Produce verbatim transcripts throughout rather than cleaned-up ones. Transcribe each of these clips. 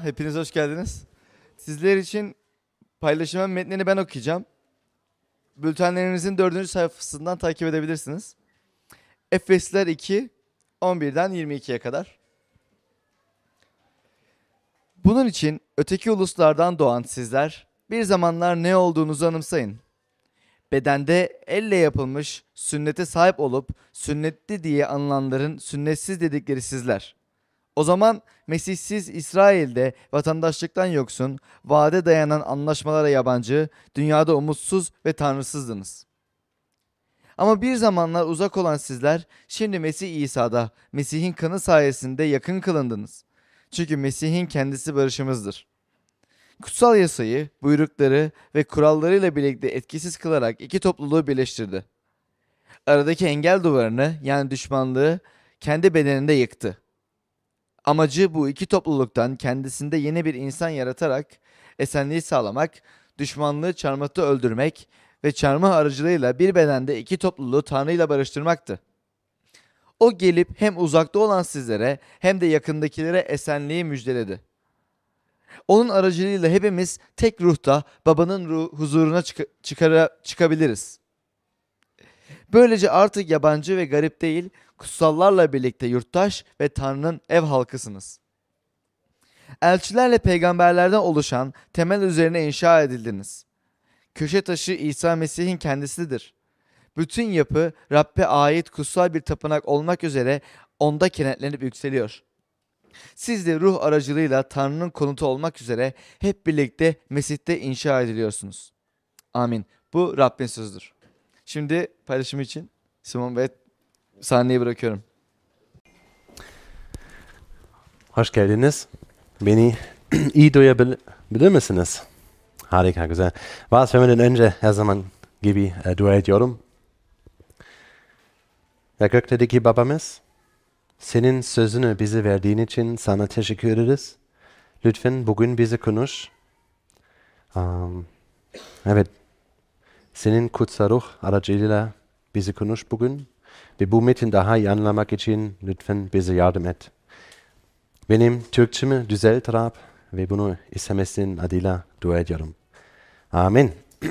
hepiniz hoş geldiniz. Sizler için paylaşımın metnini ben okuyacağım. Bültenlerinizin dördüncü sayfasından takip edebilirsiniz. Efesliler iki, on birden yirmi ikiye kadar. Bunun için öteki uluslardan doğan sizler, bir zamanlar ne olduğunuzu anımsayın. Bedende elle yapılmış sünnete sahip olup sünnetli diye anılanların sünnetsiz dedikleri sizler. O zaman Mesihsiz İsrail'de vatandaşlıktan yoksun, vaade dayanan anlaşmalara yabancı, dünyada umutsuz ve tanrısızdınız. Ama bir zamanlar uzak olan sizler, şimdi Mesih İsa'da, Mesih'in kanı sayesinde yakın kılındınız. Çünkü Mesih'in kendisi barışımızdır. Kutsal yasayı, buyrukları ve kurallarıyla birlikte etkisiz kılarak iki topluluğu birleştirdi. Aradaki engel duvarını, yani düşmanlığı, kendi bedeninde yıktı. Amacı bu iki topluluktan kendisinde yeni bir insan yaratarak esenliği sağlamak, düşmanlığı çarmıhta öldürmek ve çarmıh aracılığıyla bir bedende iki topluluğu Tanrı ile barıştırmaktı. O gelip hem uzakta olan sizlere hem de yakındakilere esenliği müjdeledi. Onun aracılığıyla hepimiz tek ruhta babanın ruh, huzuruna çık- çıkara- çıkabiliriz. Böylece artık yabancı ve garip değil, kutsallarla birlikte yurttaş ve Tanrı'nın ev halkısınız. Elçilerle peygamberlerden oluşan temel üzerine inşa edildiniz. Köşe taşı İsa Mesih'in kendisidir. Bütün yapı Rab'be ait kutsal bir tapınak olmak üzere onda kenetlenip yükseliyor. Siz de ruh aracılığıyla Tanrı'nın konutu olmak üzere hep birlikte Mesih'te inşa ediliyorsunuz. Amin. Bu Rabbin sözüdür. Şimdi paylaşımı için Simon ve sahneyi bırakıyorum. Hoş geldiniz. Beni iyi duyabilir misiniz? Harika, güzel. Var söylemeden önce her zaman gibi e, dua ediyorum. Ya gökteki babamız, senin sözünü bize verdiğin için sana teşekkür ederiz. Lütfen bugün bize konuş. Um, evet, senin kutsal ruh aracılığıyla bize konuş bugün. Ve bu metin daha iyi anlamak için lütfen bize yardım et. Benim Türkçemi düzelt Rab ve bunu istemezsin adıyla dua ediyorum. Amin.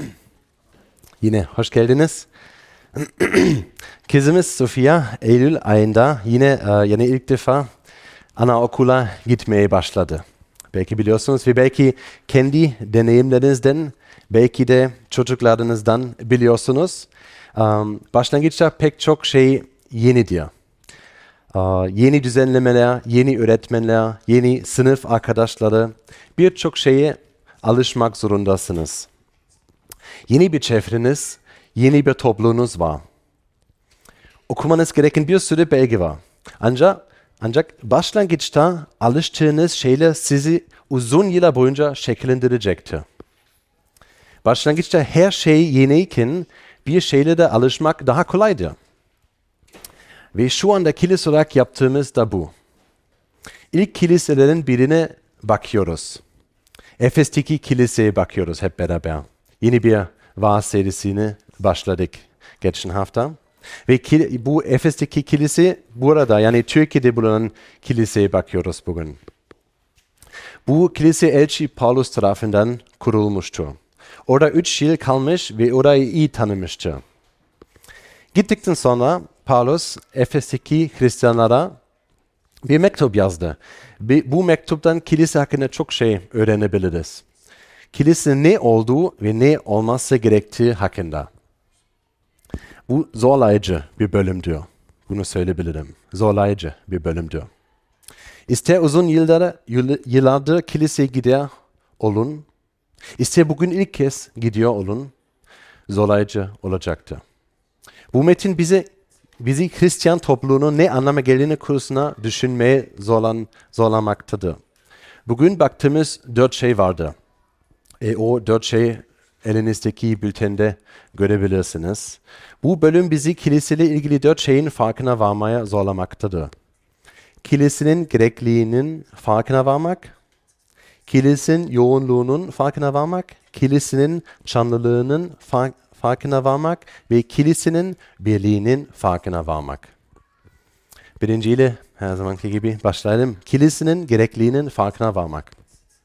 Yine hoş geldiniz. Kızımız Sofia Eylül ayında yine e, yani ilk defa anaokula gitmeye başladı. Belki biliyorsunuz ve belki kendi deneyimlerinizden, belki de çocuklarınızdan biliyorsunuz. Um, başlangıçta pek çok şey yenidir. Uh, yeni düzenlemeler, yeni öğretmenler, yeni sınıf arkadaşları, birçok şeye alışmak zorundasınız. Yeni bir çevreniz, yeni bir topluluğunuz var. Okumanız gereken bir sürü belge var. Ancak, ancak başlangıçta alıştığınız şeyler sizi uzun yıllar boyunca şekillendirecektir. Başlangıçta her şey yeniyken bir şeylere alışmak daha kolaydır. Ve şu anda kilise olarak yaptığımız da bu. İlk kiliselerin birine bakıyoruz. Efes'teki kiliseye bakıyoruz hep beraber. Yeni bir vaaz serisini başladık geçen hafta. Ve bu Efes'teki kilise burada, yani Türkiye'de bulunan kiliseye bakıyoruz bugün. Bu kilise Elçi Paulus tarafından kurulmuştur. Orada üç yıl kalmış ve orayı iyi tanımıştır. Gittikten sonra Paulus Efes'teki Hristiyanlara bir mektup yazdı. Bu mektuptan kilise hakkında çok şey öğrenebiliriz. Kilise ne olduğu ve ne olması gerektiği hakkında. Bu zorlayıcı bir bölümdür. Bunu söyleyebilirim. Zorlayıcı bir bölümdür. İster uzun yıllar, yıllardır kiliseye gidiyor olun, ister bugün ilk kez gidiyor olun, zorlayıcı olacaktır. Bu metin bize bizi Hristiyan topluluğunun ne anlama geldiğini konusunda düşünmeye zorlan, zorlamaktadır. Bugün baktığımız dört şey vardı. E, o dört şey elinizdeki bültende görebilirsiniz. Bu bölüm bizi kiliseyle ilgili dört şeyin farkına varmaya zorlamaktadır. Kilisenin gerekliliğinin farkına varmak, kilisenin yoğunluğunun farkına varmak, kilisenin canlılığının fark, farkına varmak ve kilisenin birliğinin farkına varmak. Birinciyle her zamanki gibi başlayalım. Kilisenin gerekliliğinin farkına varmak.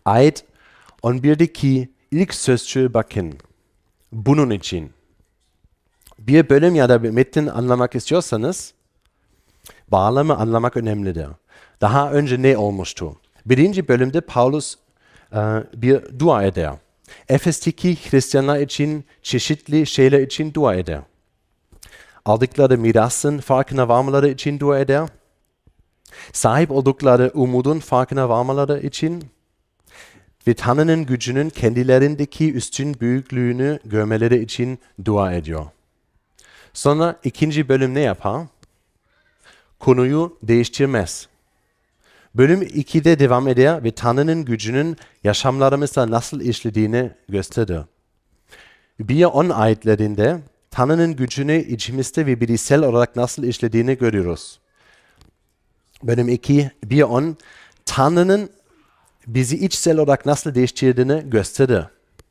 ait on birdeki ilk sözcüğü bakın. Bunun için. Bir bölüm ya da bir metin anlamak istiyorsanız bağlamı anlamak önemlidir. Daha önce ne olmuştu? Birinci bölümde Paulus e, bir dua eder. Efes'teki Hristiyanlar için çeşitli şeyler için dua eder. Aldıkları mirasın farkına varmaları için dua eder. Sahip oldukları umudun farkına varmaları için ve Tanrı'nın gücünün kendilerindeki üstün büyüklüğünü görmeleri için dua ediyor. Sonra ikinci bölüm ne yapar? Konuyu değiştirmez. Bölüm ikide devam eder ve Tanrı'nın gücünün yaşamlarımızda nasıl işlediğini gösterir. Bir on ayetlerinde Tanrı'nın gücünü içimizde ve bireysel olarak nasıl işlediğini görüyoruz. Bölüm iki, bir on, Tanrı'nın bizi içsel olarak nasıl değiştirdiğini gösterir.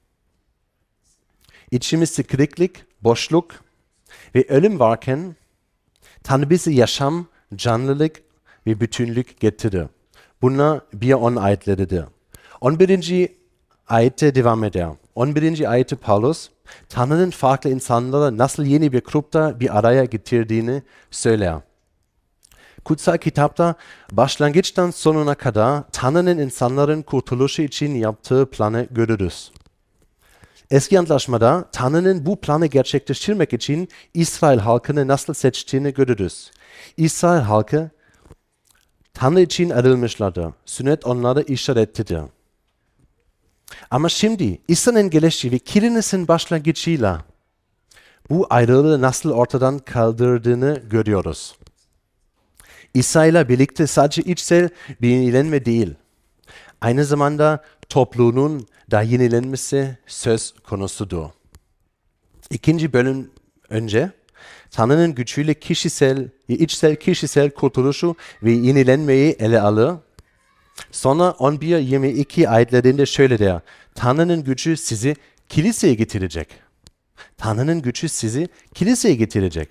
İçimizde kırıklık, boşluk ve ölüm varken Tanrı bize yaşam, canlılık ve bütünlük getirir. Bunlar bir on ayetleridir. on birinci ayette devam eder. on birinci ayette Paulus, Tanrı'nın farklı insanları nasıl yeni bir grupta bir araya getirdiğini söyler. Kutsal kitapta başlangıçtan sonuna kadar Tanrı'nın insanların kurtuluşu için yaptığı planı görürüz. Eski Antlaşmada Tanrı'nın bu planı gerçekleştirmek için İsrail halkını nasıl seçtiğini görürüz. İsrail halkı Tanrı için ayrılmışlardı. Sünnet onları işaretlidir. Ama şimdi İsa'nın gelişi ve kilisin başlangıcıyla bu ayrılığı nasıl ortadan kaldırdığını görüyoruz. İsa ile birlikte sadece içsel bir yenilenme değil, aynı zamanda topluluğun da yenilenmesi söz konusudur. İkinci bölüm önce Tanrı'nın gücüyle kişisel, içsel kişisel kurtuluşu ve yenilenmeyi ele alır. Sonra on bir yirmi iki ayetlerinde şöyle der, Tanrı'nın gücü sizi kiliseye getirecek. Tanrı'nın gücü sizi kiliseye getirecek.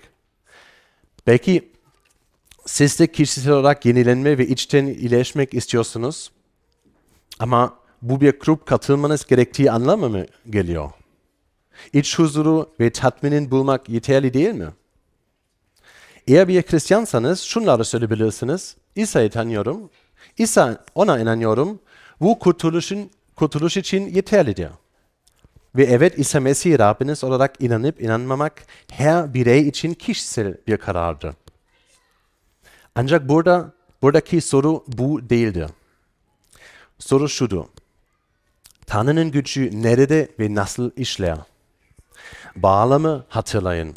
Belki siz de kişisel olarak yenilenme ve içten iyileşmek istiyorsunuz. Ama bu bir grup katılmanız gerektiği anlamı mı geliyor? İç huzuru ve tatminin bulmak yeterli değil mi? Eğer bir Hristiyansanız şunları söyleyebilirsiniz. İsa'yı tanıyorum. İsa, ona inanıyorum. Bu kurtuluşun, kurtuluş için yeterlidir. Ve evet, İsa Mesih Rabbiniz olarak inanıp inanmamak her birey için kişisel bir karardır. Ancak burada, buradaki soru bu değildir. Soru şudur. Tanrı'nın gücü nerede ve nasıl işler? Bağlamı hatırlayın.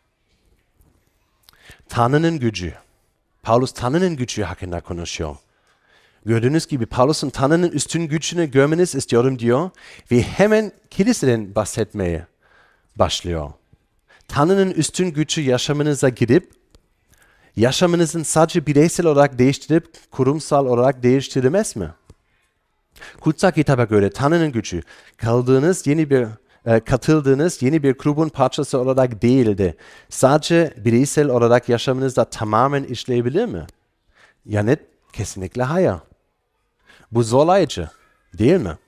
Tanrı'nın gücü. Paulus Tanrı'nın gücü hakkında konuşuyor. Gördüğünüz gibi Paulus'un Tanrı'nın üstün gücünü görmeniz istiyorum diyor ve hemen kiliseden bahsetmeye başlıyor. Tanrı'nın üstün gücü yaşamınıza girip yaşamınızın sadece bireysel olarak değiştirip kurumsal olarak değiştirmez mi? Kutsal kitaba göre Tanrı'nın gücü kaldığınız yeni bir e, katıldığınız yeni bir grubun parçası olarak değildi. Sadece bireysel olarak yaşamınızda tamamen işleyebilir mi? Yani kesinlikle hayır. Bu zorlayıcı değil mi?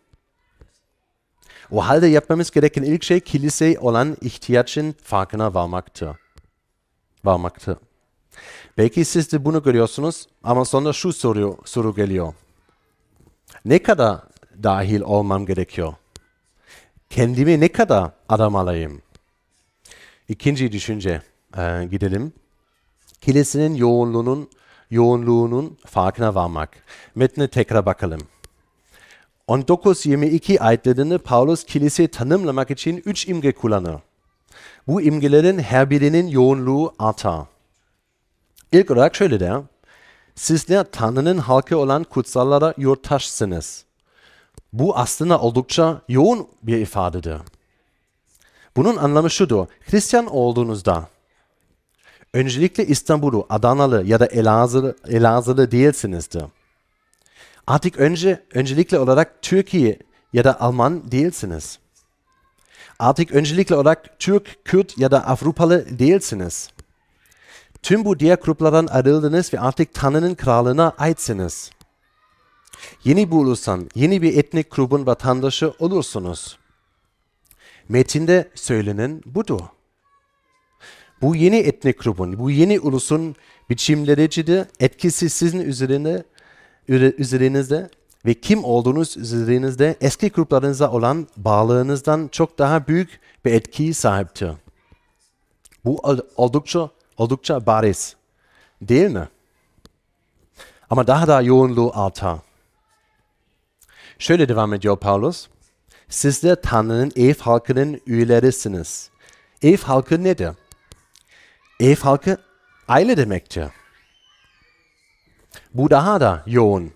O halde yapmamız gereken ilk şey kiliseye olan ihtiyacın farkına varmaktır. Varmaktır. Belki siz de bunu görüyorsunuz ama sonra şu soru, soru geliyor. Ne kadar dahil olmam gerekiyor? Kendimi ne kadar adamalıyım? İkinci düşünce e, gidelim. Kilisinin yoğunluğunun yoğunluğunun farkına varmak. Metne tekrar bakalım. on dokuz yirmi iki ayetlerinde Paulus kiliseyi tanımlamak için üç imge kullanır. Bu imgelerin her birinin yoğunluğu artar. İlk olarak şöyle der. Sizler Tanrı'nın halkı olan kutsallara yurttaşsınız. Bu aslında oldukça yoğun bir ifadedir. Bunun anlamı şudur. Hristiyan olduğunuzda öncelikle İstanbul'u, Adanalı ya da Elazığlı, Elazığlı değilsinizdir. Artık önce öncelikle olarak Türkiye ya da Alman değilsiniz. Artık öncelikle olarak Türk, Kürt ya da Avrupalı değilsiniz. Tüm bu diğer gruplardan ayrıldınız ve artık Tanrı'nın krallığına aitsiniz. Yeni bir ulusan, yeni bir etnik grubun vatandaşı olursunuz. Metinde söylenen budur. Bu yeni etnik grubun, bu yeni ulusun biçimlerici etkisi sizin üzerine, üzerinizde ve kim olduğunuz üzerinizde eski gruplarınıza olan bağlılığınızdan çok daha büyük bir etkiye sahiptir. Bu oldukça, oldukça bariz, değil mi? Ama daha da yoğunluğu artar. Şöyle devam ediyor Paulus. Sizler Tanrı'nın ev halkının üyelerisiniz. Ev halkı nedir? Ev halkı aile demektir. Bu daha da yoğun.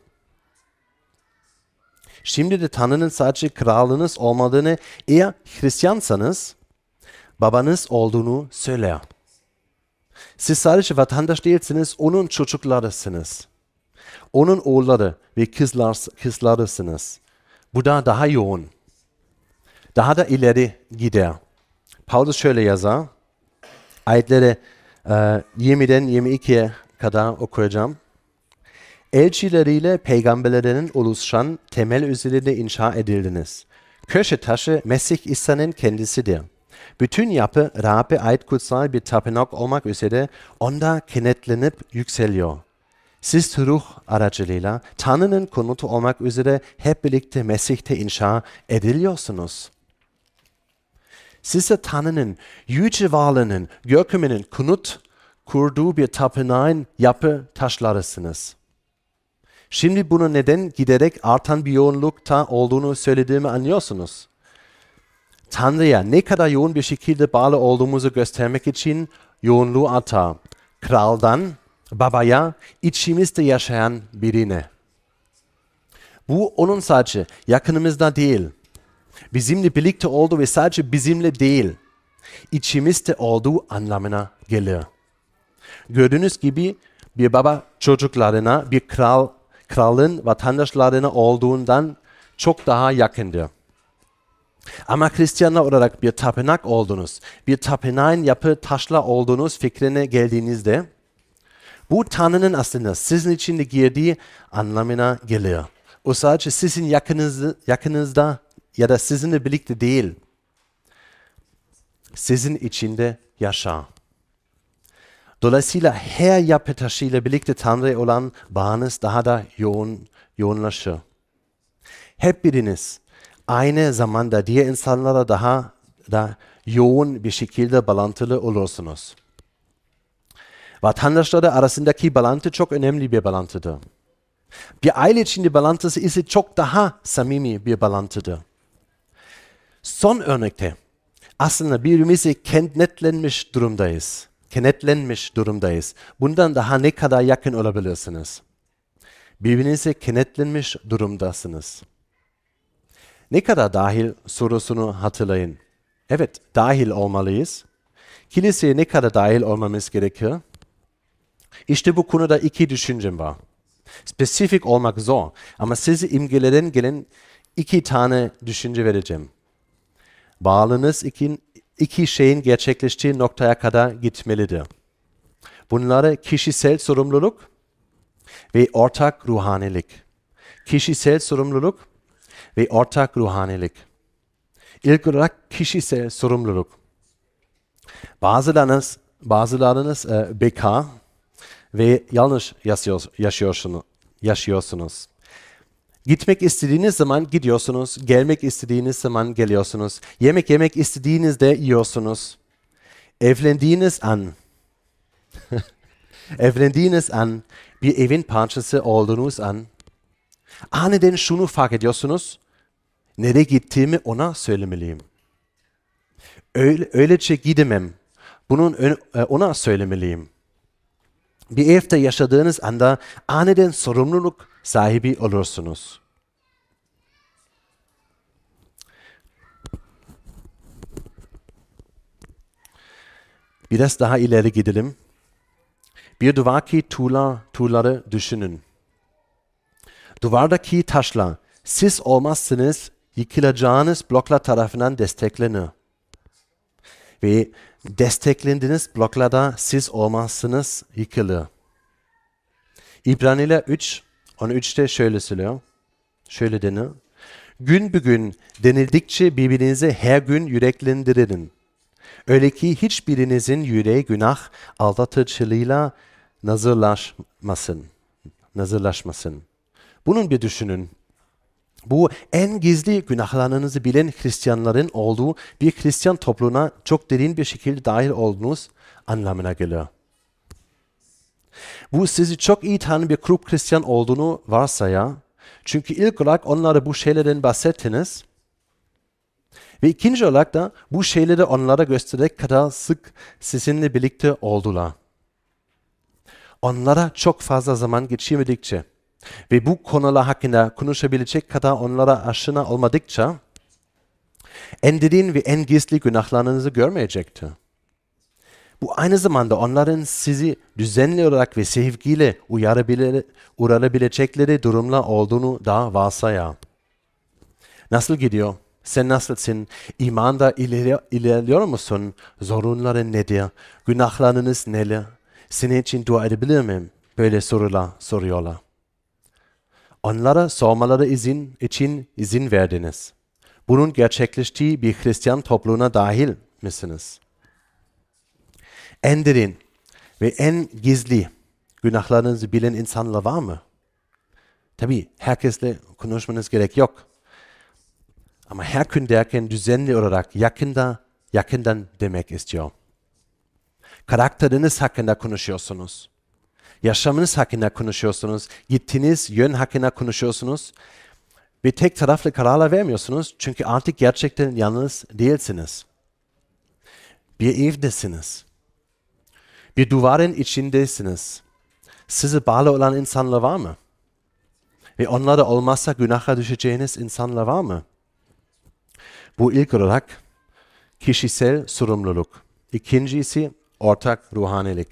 Şimdi de Tanrı'nın sadece kralınız olmadığını, eğer Hristiyansanız babanız olduğunu söyler. Siz sadece vatandaş değilsiniz, onun çocuklarısınız. Onun oğulları ve kızlar, kızlarısınız. Bu da daha yoğun. Daha da ileri gider. Paulus şöyle yazar. Ayetleri e, yirmiden yirmi ikiye kadar okuyacağım. Elçileriyle peygamberlerin oluşan temel üzerinde inşa edildiniz. Köşe taşı Mesih İsa'nın kendisidir. Bütün yapı Rab'be ait kutsal bir tapınak olmak üzere onda kenetlenip yükseliyor. Siz ruh aracılığıyla Tanrı'nın konutu olmak üzere hep birlikte Mesih'te inşa ediliyorsunuz. Siz de Tanrı'nın yüce varlığının, görkeminin konut kurduğu bir tapınağın yapı taşlarısınız. Şimdi bunu neden giderek artan bir yoğunlukta olduğunu söylediğimi anlıyorsunuz. Tanrı'ya ne kadar yoğun bir şekilde bağlı olduğumuzu göstermek için yoğunluğu artar. Kraldan babaya, içimizde yaşayan birine. Bu onun sadece yakınımızda değil, bizimle birlikte olduğu ve sadece bizimle değil, içimizde olduğu anlamına gelir. Gördüğünüz gibi bir baba çocuklarına, bir kral, kralın vatandaşlarına olduğundan çok daha yakındır. Ama Hristiyanlar olarak bir tapınak oldunuz, bir tapınağın yapı taşla olduğunuz fikrine geldiğinizde, bu Tanrı'nın aslında sizin içinde girdiği anlamına geliyor. O sadece sizin yakınızda, yakınızda ya da sizinle birlikte değil, sizin içinde yaşar. Dolayısıyla her yapı taşıyla birlikte Tanrı'ya olan bağınız daha da yoğun, yoğunlaşır. Hep biriniz aynı zamanda diğer insanlara daha da yoğun bir şekilde bağlantılı olursunuz. Vatandaşları arasındaki bağlantı çok önemli bir bağlantıdır. Bir aile içinde bağlantısı ise çok daha samimi bir bağlantıdır. Son örnekte aslında birbirimize kenetlenmiş durumdayız. Kenetlenmiş durumdayız. Bundan daha ne kadar yakın olabilirsiniz? Birbirinize kenetlenmiş durumdasınız. Ne kadar dahil sorusunu hatırlayın. Evet, dahil olmalıyız. Kiliseye ne kadar dahil olmamız gerekir? İşte bu konuda iki düşüncem var. Spesifik olmak zor ama size imgelerin gelen iki tane düşünce vereceğim. Bağlılığınız iki, iki şeyin gerçekleştiği noktaya kadar gitmelidir. Bunları kişisel sorumluluk ve ortak ruhanilik. Kişisel sorumluluk ve ortak ruhanilik. İlk olarak kişisel sorumluluk. Bazılarınız, bazılarınız e, bekar ve yanlış yaşıyor, yaşıyorsunuz, yaşıyorsunuz. Gitmek istediğiniz zaman gidiyorsunuz, gelmek istediğiniz zaman geliyorsunuz, yemek yemek istediğinizde yiyorsunuz. Evlendiğiniz an, evlendiğiniz an, bir evin parçası olduğunuz an, aniden şunu fark ediyorsunuz, nereye gittiğimi ona söylemeliyim. Öyle, öylece gidemem, bunun ona söylemeliyim. Bir evde yaşadığınız anda aniden sorumluluk sahibi olursunuz. Biraz daha ileri gidelim. Bir duvardaki tuğla, tuğları düşünün. Duvardaki taşlar siz olmazsınız yıkılacağınız bloklar tarafından desteklenir. Ve desteklendiğiniz bloklarda siz olmazsınız yıkılır. İbraniler üç on üçte şöyle söylüyor. Şöyle deniyor. Gün bugün denildikçe birbirinizi her gün yüreklendirin. Öyle ki hiçbirinizin yüreği günah aldatıcılığıyla nazırlaşmasın. Nazırlaşmasın. Bunun bir düşünün. Bu en gizli günahlarınızı bilen Hristiyanların olduğu bir Hristiyan topluluğuna çok derin bir şekilde dahil olduğunuz anlamına geliyor. Bu sizi çok iyi tanıyan bir grup Hristiyan olduğunu varsayar. Çünkü ilk olarak onlara bu şeylerden bahsettiniz. Ve ikinci olarak da bu şeyleri onlara göstererek kadar sık sizinle birlikte oldular. Onlara çok fazla zaman geçirmedikçe ve bu konular hakkında konuşabilecek kadar onlara aşina olmadıkça en derin ve en gizli günahlarınızı görmeyecektir. Bu aynı zamanda onların sizi düzenli olarak ve sevgiyle uyarabilecekleri durumlar olduğunu da varsayar. Nasıl gidiyor? Sen nasılsın? İmanda ileri, ilerliyor musun? Sorunların nedir? Günahlarınız neler? Senin için dua edebilir miyim? Böyle sorular soruyorlar. Onlara sormaları izin için izin verdiniz. Bunun gerçekleştiği bir Hristiyan topluluğuna dahil misiniz? En derin ve en gizli günahlarınızı bilen insanlar var mı? Tabii herkesle konuşmanız gerek yok. Ama her gün derken düzenli olarak yakında, yakından demek istiyor. Karakteriniz hakkında konuşuyorsunuz. Yaşamınız hakkında konuşuyorsunuz. Gittiğiniz yön hakkında konuşuyorsunuz. Ve tek taraflı kararlar vermiyorsunuz. Çünkü artık gerçekten yalnız değilsiniz. Bir evdesiniz. Bir duvarın içindesiniz. Size bağlı olan insanlar var mı? Ve onlara olmazsa günaha düşeceğiniz insanlar var mı? Bu ilk olarak kişisel sorumluluk. İkincisi ortak ruhanilik.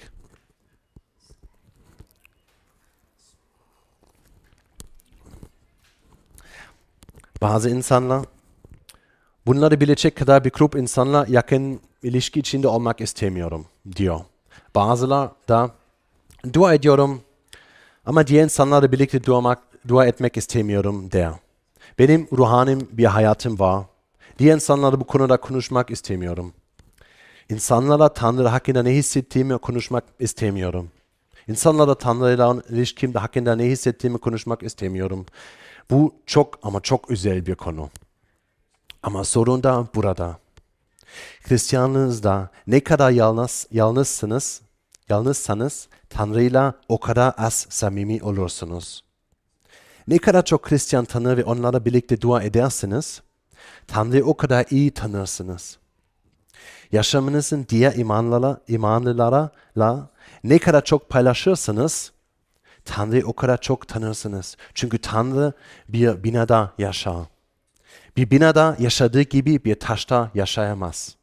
Bazı insanlar bunları bilecek kadar bir grup insanla yakın ilişki içinde olmak istemiyorum diyor. Bazılar da dua ediyorum ama diğer insanlarla birlikte duamak, dua etmek istemiyorum der. Benim ruhanim bir hayatım var. Diğer insanlarla bu konuda konuşmak istemiyorum. İnsanlarla Tanrı hakkında ne hissettiğimi konuşmak istemiyorum. İnsanlarla Tanrı'yla ilişkimde hakkında ne hissettiğimi konuşmak istemiyorum. Bu çok ama çok özel bir konu. Ama sorun da burada. Hristiyanlığınızda ne kadar yalnız, yalnızsınız, yalnızsanız Tanrı'yla o kadar az samimi olursunuz. Ne kadar çok Hristiyan tanır ve onlarla birlikte dua edersiniz, Tanrı'yı o kadar iyi tanırsınız. Yaşamınızın diğer imanlılara, imanlılarla ne kadar çok paylaşırsanız, Tanrı'yı o kadar çok tanırsınız. Çünkü Tanrı bir binada yaşar. Bir binada yaşadığı gibi bir taşta yaşayamaz.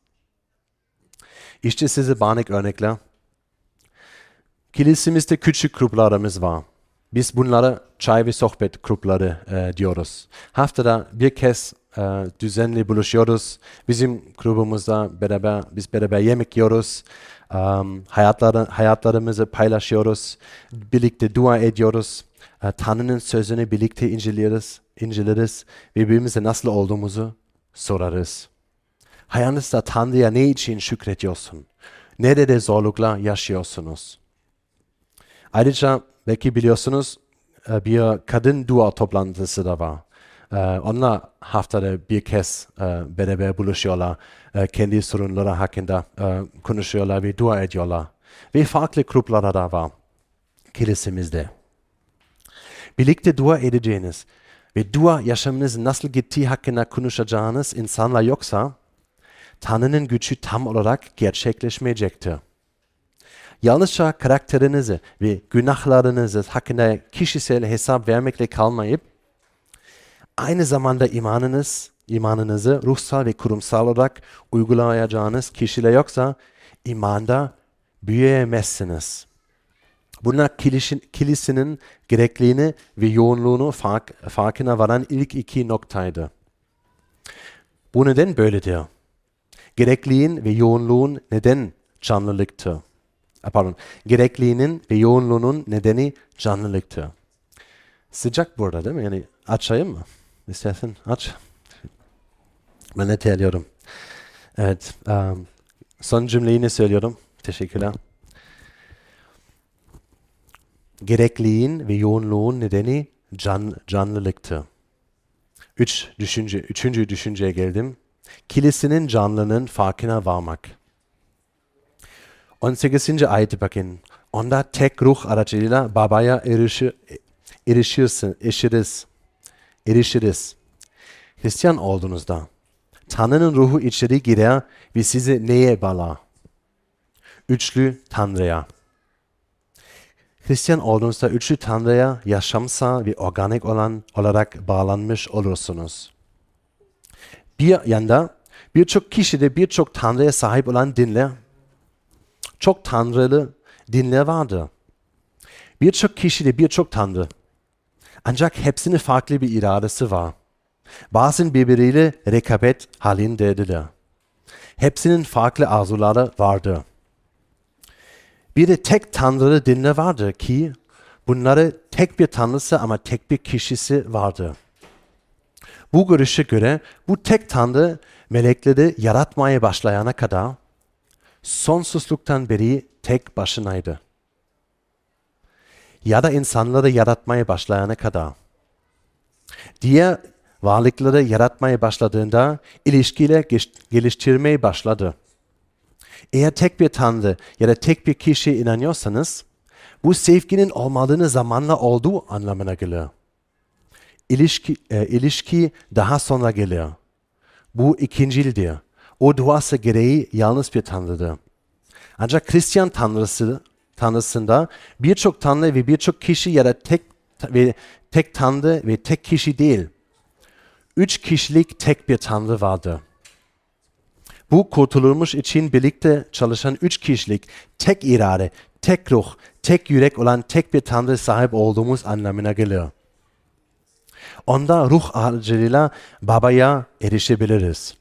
İşte size banik örnekler. Kilisimizde küçük gruplarımız var. Biz bunlara çay ve sohbet grupları e, diyoruz. Haftada bir kez e, düzenli buluşuyoruz. Bizim grubumuzda beraber, biz beraber yemek yiyoruz. Um, hayatları, hayatlarımızı paylaşıyoruz. Birlikte dua ediyoruz. E, Tanrı'nın sözünü birlikte inceleriz. inceleriz. Birbirimize nasıl olduğumuzu sorarız. Hayatınızda Tanrı'ya ne için şükrediyorsun? Nerede zorluklar yaşıyorsunuz? Ayrıca belki biliyorsunuz bir kadın dua toplantısı da var. Onlar haftada bir kez beraber buluşuyorlar. Kendi sorunları hakkında konuşuyorlar ve dua ediyorlar. Ve farklı gruplar da var kilisimizde. Birlikte dua edeceğiniz ve dua yaşamınız nasıl gittiği hakkında konuşacağınız insanlar yoksa Tanrı'nın gücü tam olarak gerçekleşmeyecektir. Yalnızca karakterinizi ve günahlarınızı hakkında kişisel hesap vermekle kalmayıp aynı zamanda imanınız, imanınızı ruhsal ve kurumsal olarak uygulayacağınız kişiler yoksa imanda büyüyemezsiniz. Bunlar kilisinin gerekliliğini ve yoğunluğunu fark, farkına varan ilk iki noktaydı. Bu neden böyledir? Gerekliliğin ve yoğunluğun neden canlılıktır? Pardon, gerekliliğinin ve yoğunluğunun nedeni canlılıktır. Sıcak burada değil mi? Yani açayım mı? İstersen aç. Ben de terliyorum. Evet. Um, son cümleyi söylüyorum. Teşekkürler. Gerekliliğin ve yoğunluğun nedeni can, canlılıktı. Üç düşünce, üçüncü düşünceye geldim. Kilisinin canlının farkına varmak. on sekizinci ayete bakın. Onda tek ruh aracılığıyla babaya erişi, erişirsin, erişiriz. Erişiriz. Hristiyan olduğunuzda Tanrı'nın ruhu içeri girer ve sizi neye bağlar? Üçlü Tanrı'ya. Hristiyan olduğunuzda üçlü Tanrı'ya yaşamsal ve organik olan olarak bağlanmış olursunuz. Bir yanda birçok kişide birçok Tanrı'ya sahip olan dinler, çok Tanrılı dinler vardır. Birçok kişide birçok Tanrı. Ancak hepsinin farklı bir iradesi var. Bazen birbiriyle rekabet halindedirler. Hepsinin farklı arzuları vardır. Bir de tek Tanrılı dinler vardır ki bunları tek bir Tanrısı ama tek bir kişisi vardır. Bu görüşe göre bu tek Tanrı melekleri yaratmaya başlayana kadar sonsuzluktan beri tek başınaydı. Ya da insanları yaratmaya başlayana kadar. Diğer varlıkları yaratmaya başladığında ilişkiyle geliştirmeye başladı. Eğer tek bir Tanrı ya da tek bir kişiye inanıyorsanız, bu sevginin olmadığını zamanla olduğu anlamına gelir. İlişki, e, ilişki daha sonra gelir. Bu ikincildir. O duası gereği yalnız bir Tanrı'dır. Ancak Hristiyan Tanrısı, Tanrısında birçok Tanrı ve birçok kişi ya da tek ve tek Tanrı ve tek kişi değil. Üç kişilik tek bir Tanrı vardır. Bu kurtulmuş için birlikte çalışan üç kişilik, tek irade, tek ruh, tek yürek olan tek bir Tanrı sahip olduğumuz anlamına gelir. Onda ruh aracılığıyla babaya erişebiliriz.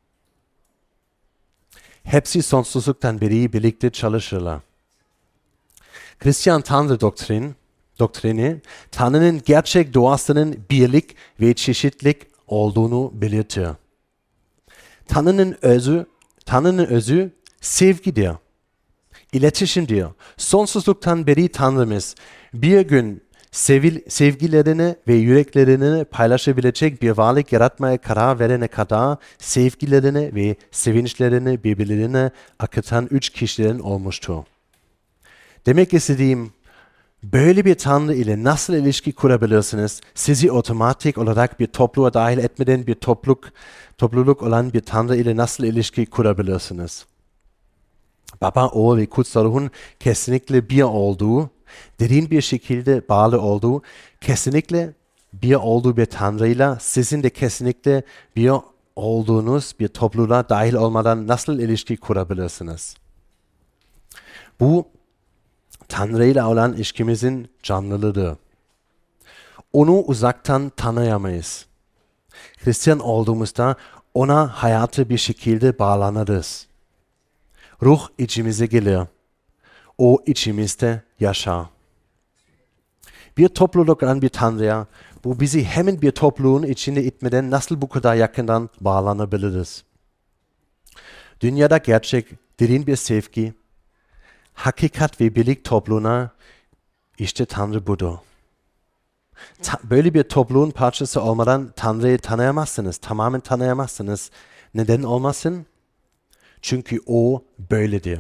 Hepsi sonsuzluktan beri birlikte çalışırlar. Hristiyan Tanrı doktrin, doktrini, Tanrı'nın gerçek doğasının birlik ve çeşitlilik olduğunu belirtir. Tanrı'nın özü, Tanrı'nın özü sevgidir, iletişimdir. Sonsuzluktan beri Tanrımız bir gün sevil, sevgilerini ve yüreklerini paylaşabilecek bir varlık yaratmaya karar verene kadar sevgilerini ve sevinçlerini birbirlerine akıtan üç kişilerin olmuştur. Demek istediğim, böyle bir Tanrı ile nasıl ilişki kurabilirsiniz? Sizi otomatik olarak bir topluluğa dahil etmeden bir topluluk, topluluk olan bir Tanrı ile nasıl ilişki kurabilirsiniz? Baba, oğul ve kutsal ruhun kesinlikle bir olduğu, derin bir şekilde bağlı olduğu, kesinlikle bir olduğu bir Tanrı'yla sizin de kesinlikle bir olduğunuz bir topluluğa dahil olmadan nasıl ilişki kurabilirsiniz? Bu Tanrı'yla olan ilişkimizin canlılığıdır. Onu uzaktan tanıyamayız. Hristiyan olduğumuzda ona hayatı bir şekilde bağlanırız. Ruh içimize gelir. O içimizde yaşar. Bir topluluk olan bir Tanrı'ya bu bizi hemen bir topluluğun içinde itmeden nasıl bu kadar yakından bağlanabiliriz? Dünyada gerçek, derin bir sevgi, hakikat ve birlik topluluğuna işte Tanrı budur. Ta- böyle bir topluluğun parçası olmadan Tanrı'yı tanıyamazsınız, tamamen tanıyamazsınız. Neden olmasın? Çünkü o böyledir.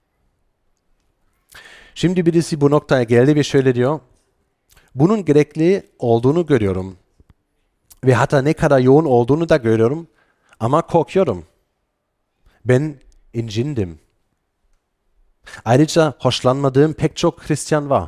Şimdi birisi bu noktaya geldi ve şöyle diyor. Bunun gerekli olduğunu görüyorum. Ve hatta ne kadar yoğun olduğunu da görüyorum. Ama korkuyorum. Ben incindim. Ayrıca hoşlanmadığım pek çok Hristiyan var.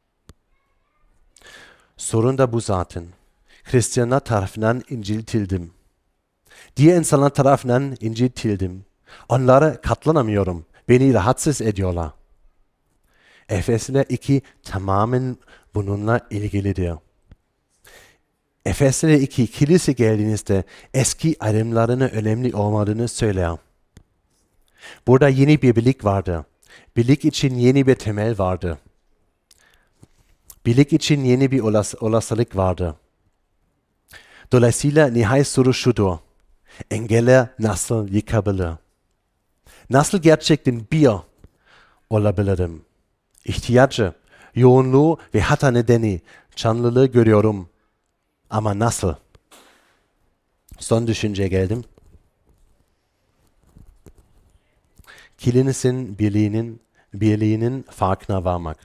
Sorun da bu zaten. Hristiyanlar tarafından inciltildim. Diğer insanlar tarafından inciltildim. Onlara katlanamıyorum. Beni rahatsız ediyorlar. Efesliler iki tamamen bununla ilgilidir. Efesliler iki kilise geldiğinizde eski ayrımlarının önemli olmadığını söyler. Burada yeni bir birlik vardı. Birlik için yeni bir temel vardı. Birlik için yeni bir olas olasılık vardı. Dolayısıyla nihai soru şudur. Engeller nasıl yıkabilir? Nasıl gerçekten bir olabilirim? İhtiyacı, yoğunluğu ve hatta nedeni, canlılığı görüyorum. Ama nasıl? Son düşünceye geldim. Kilisinizin birliğinin, birliğinin farkına varmak.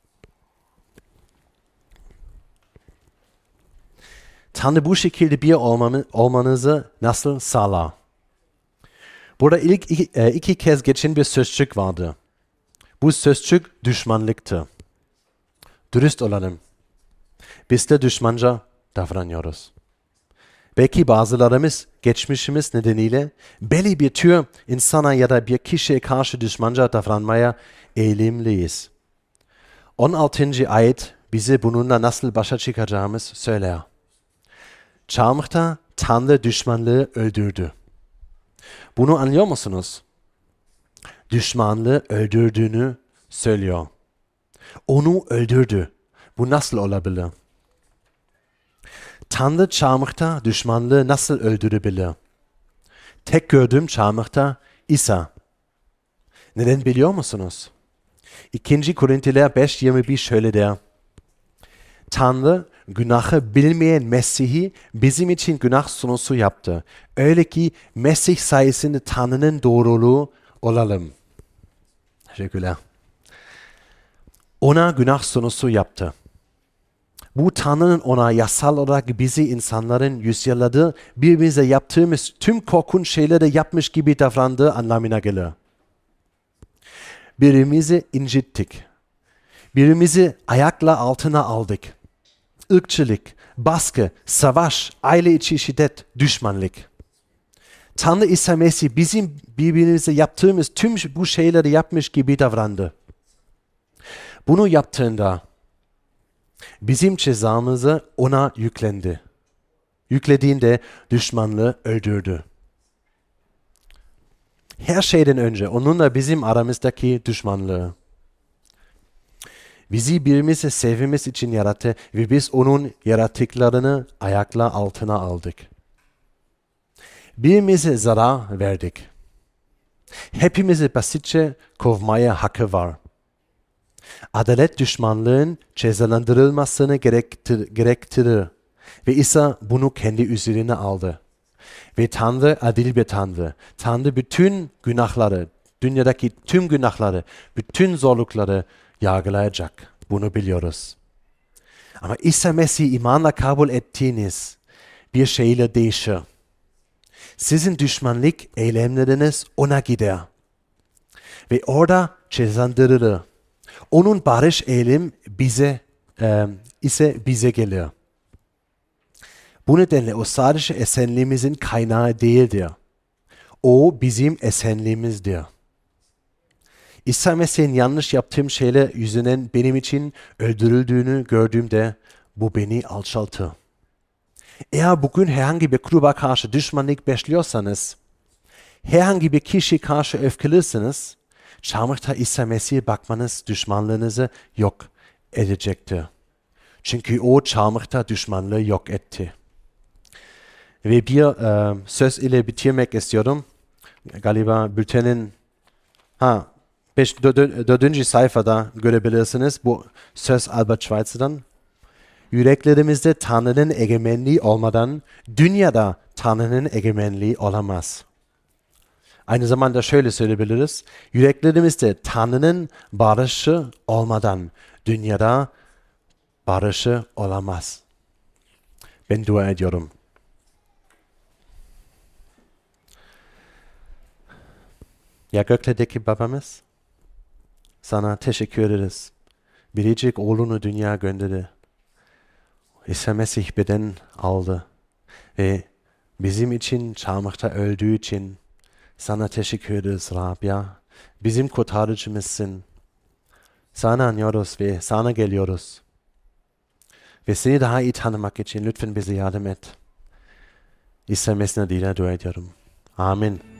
Tanrı bu şekilde bir olmanı, olmanızı nasıl sağlar? Burada ilk iki, e, iki kez geçen bir sözcük vardı. Bu sözcük düşmanlıktı. Dürüst olalım. Biz de düşmanca davranıyoruz. Belki bazılarımız geçmişimiz nedeniyle belli bir tür insana ya da bir kişiye karşı düşmanca davranmaya eğilimliyiz. on altıncı ayet bize bununla nasıl başa çıkacağımız söyler. Çarmıhta Tanrı düşmanlığı öldürdü. Bunu anlıyor musunuz? Düşmanlığı öldürdüğünü söylüyor. Onu öldürdü. Bu nasıl olabilir? Tanrı çarmıhta düşmanlığı nasıl öldürebilir? Tek gördüğüm çarmıhta İsa. Neden biliyor musunuz? ikinci Korintiler beş yirmi bir şöyle der. Tanrı günahı bilmeyen Mesih'i bizim için günah sunusu yaptı. Öyle ki Mesih sayesinde Tanrı'nın doğruluğu olalım. Teşekkürler. Ona günah sunusu yaptı. Bu Tanrı'nın ona yasal olarak bizi insanların yüzyıllardır birbirimize yaptığımız tüm korkunç şeyleri yapmış gibi davrandığı anlamına gelir. Birbirimizi incittik. Birbirimizi ayakla altına aldık. Irkçılık, baskı, savaş, aile içi şiddet, düşmanlık. Tanrı İsa Mesih bizim birbirimize yaptığımız tüm bu şeyleri yapmış gibi davrandı. Bunu yaptığında bizim cezamızı ona yüklendi. Yüklediğinde düşmanlığı öldürdü. Her şeyden önce onunla bizim aramızdaki düşmanlığı. Bizi birbirimizi sevmemiz için yarattı ve biz onun yarattıklarını ayakla altına aldık. Birbirimize zarar verdik. Hepimizi basitçe kovmaya hakkı var. Adalet düşmanlığın cezalandırılmasını gerektir, gerektirir ve İsa bunu kendi üzerine aldı. Ve Tanrı adil bir Tanrı. Tanrı bütün günahları, dünyadaki tüm günahları, bütün zorlukları yargılayacak. Bunu biliyoruz. Ama İsa Mesih imanla kabul ettiğiniz bir şeyle değişir. Sizin düşmanlık eylemleriniz ona gider. Ve orada cezalandırılır. Onun barış eylem bize e, ise bize gelir. Bu nedenle o sadece esenliğimizin kaynağı değildir. O bizim esenliğimizdir. İsa Mesih'in yanlış yaptığım şeyler yüzünden benim için öldürüldüğünü gördüğümde bu beni alçaltır. Eğer bugün herhangi bir gruba karşı düşmanlık besliyorsanız, herhangi bir kişi karşı öfkelisiniz, çarmıhta İsa Mesih'e bakmanız düşmanlığınızı yok edecektir. Çünkü o çarmıhta düşmanlığı yok etti. Ve bir e, söz ile bitirmek istiyorum. Galiba bültenin ha, beş, dö, dördüncü sayfada görebilirsiniz. Bu söz Albert Schweitzer'dan. Yüreklerimizde Tanrı'nın egemenliği olmadan dünyada Tanrı'nın egemenliği olamaz. Aynı zamanda şöyle söyleyebiliriz. Yüreklerimizde Tanrı'nın barışı olmadan dünyada barışı olamaz. Ben dua ediyorum. Ya göklerdeki babamız, sana teşekkür ederiz. Biricik oğlunu dünyaya gönderdi. İsa Mesih beden aldı ve bizim için çarmıhta öldüğü için sana teşekkür ederiz Rab ya. Bizim kurtarıcımızsın. Sana anıyoruz ve sana geliyoruz. Ve seni daha iyi tanımak için lütfen bize yardım et. İsa Mesih'in adıyla dua ediyorum. Amin.